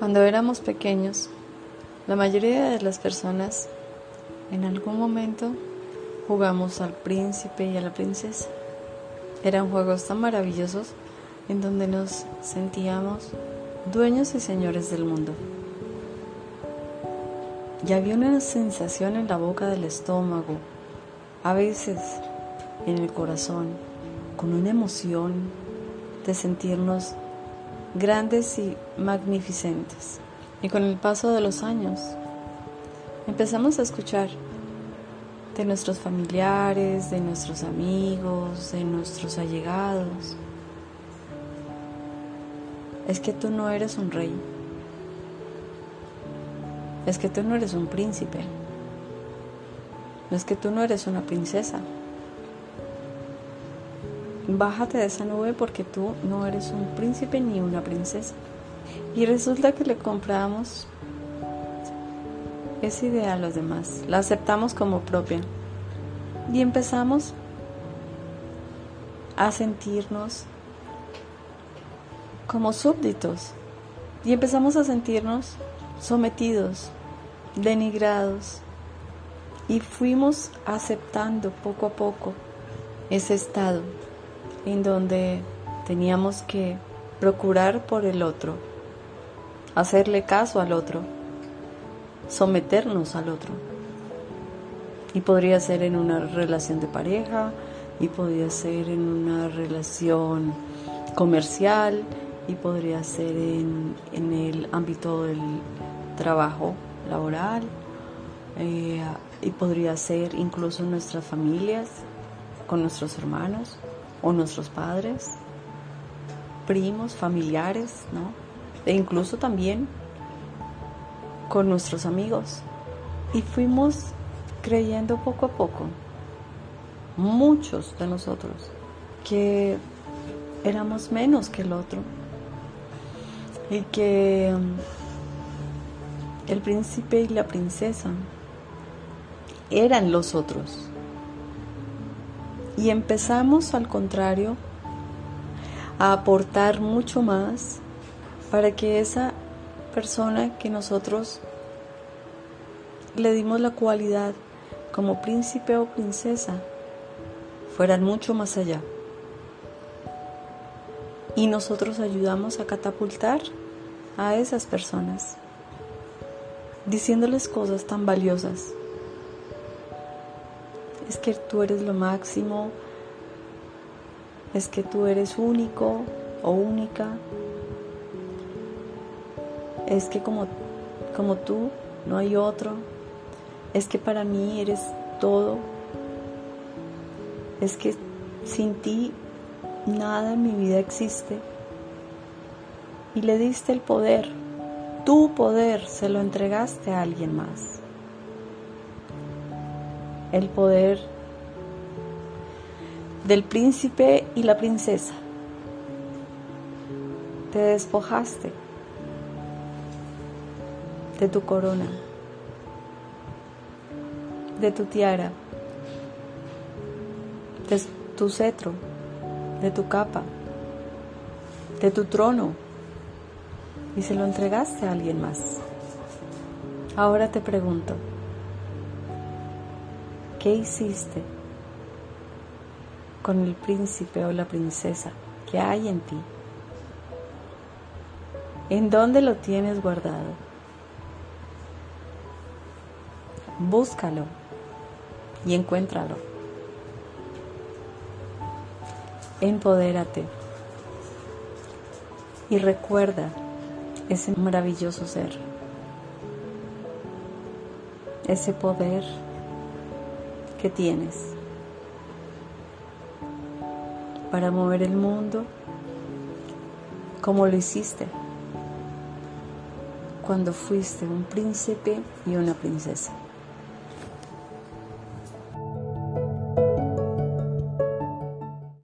Cuando éramos pequeños, la mayoría de las personas en algún momento jugamos al príncipe y a la princesa. Eran juegos tan maravillosos en donde nos sentíamos dueños y señores del mundo. Y había una sensación en la boca del estómago, a veces en el corazón, con una emoción de sentirnos grandes y magnificentes. Y con el paso de los años, empezamos a escuchar de nuestros familiares, de nuestros amigos, de nuestros allegados: es que tú no eres un rey, es que tú no eres un príncipe, es que tú no eres una princesa. Bájate de esa nube porque tú no eres un príncipe ni una princesa. Y resulta que le compramos esa idea a los demás, la aceptamos como propia y empezamos a sentirnos como súbditos y empezamos a sentirnos sometidos, denigrados, y fuimos aceptando poco a poco ese estado en donde teníamos que procurar por el otro, hacerle caso al otro, someternos al otro. Y podría ser en una relación de pareja, y podría ser en una relación comercial, y podría ser en el ámbito del trabajo laboral, y podría ser incluso en nuestras familias, con nuestros hermanos o nuestros padres, primos, familiares, ¿no? E incluso también con nuestros amigos. Y fuimos creyendo poco a poco, muchos de nosotros, que éramos menos que el otro y que el príncipe y la princesa eran los otros. Y empezamos, al contrario, a aportar mucho más para que esa persona que nosotros le dimos la cualidad como príncipe o princesa fueran mucho más allá. Y nosotros ayudamos a catapultar a esas personas, diciéndoles cosas tan valiosas. Es que tú eres lo máximo, es que tú eres único o única, es que como tú no hay otro, es que para mí eres todo, es que sin ti nada en mi vida existe. Y le diste el poder, tu poder se lo entregaste a alguien más. El poder del príncipe y la princesa. Te despojaste de tu corona, de tu tiara, de tu cetro, de tu capa, de tu trono, y se lo entregaste a alguien más. Ahora te pregunto, ¿qué hiciste con el príncipe o la princesa que hay en ti? ¿En dónde lo tienes guardado? Búscalo y encuéntralo. Empodérate y recuerda ese maravilloso ser, ese poder que tienes para mover el mundo como lo hiciste cuando fuiste un príncipe y una princesa.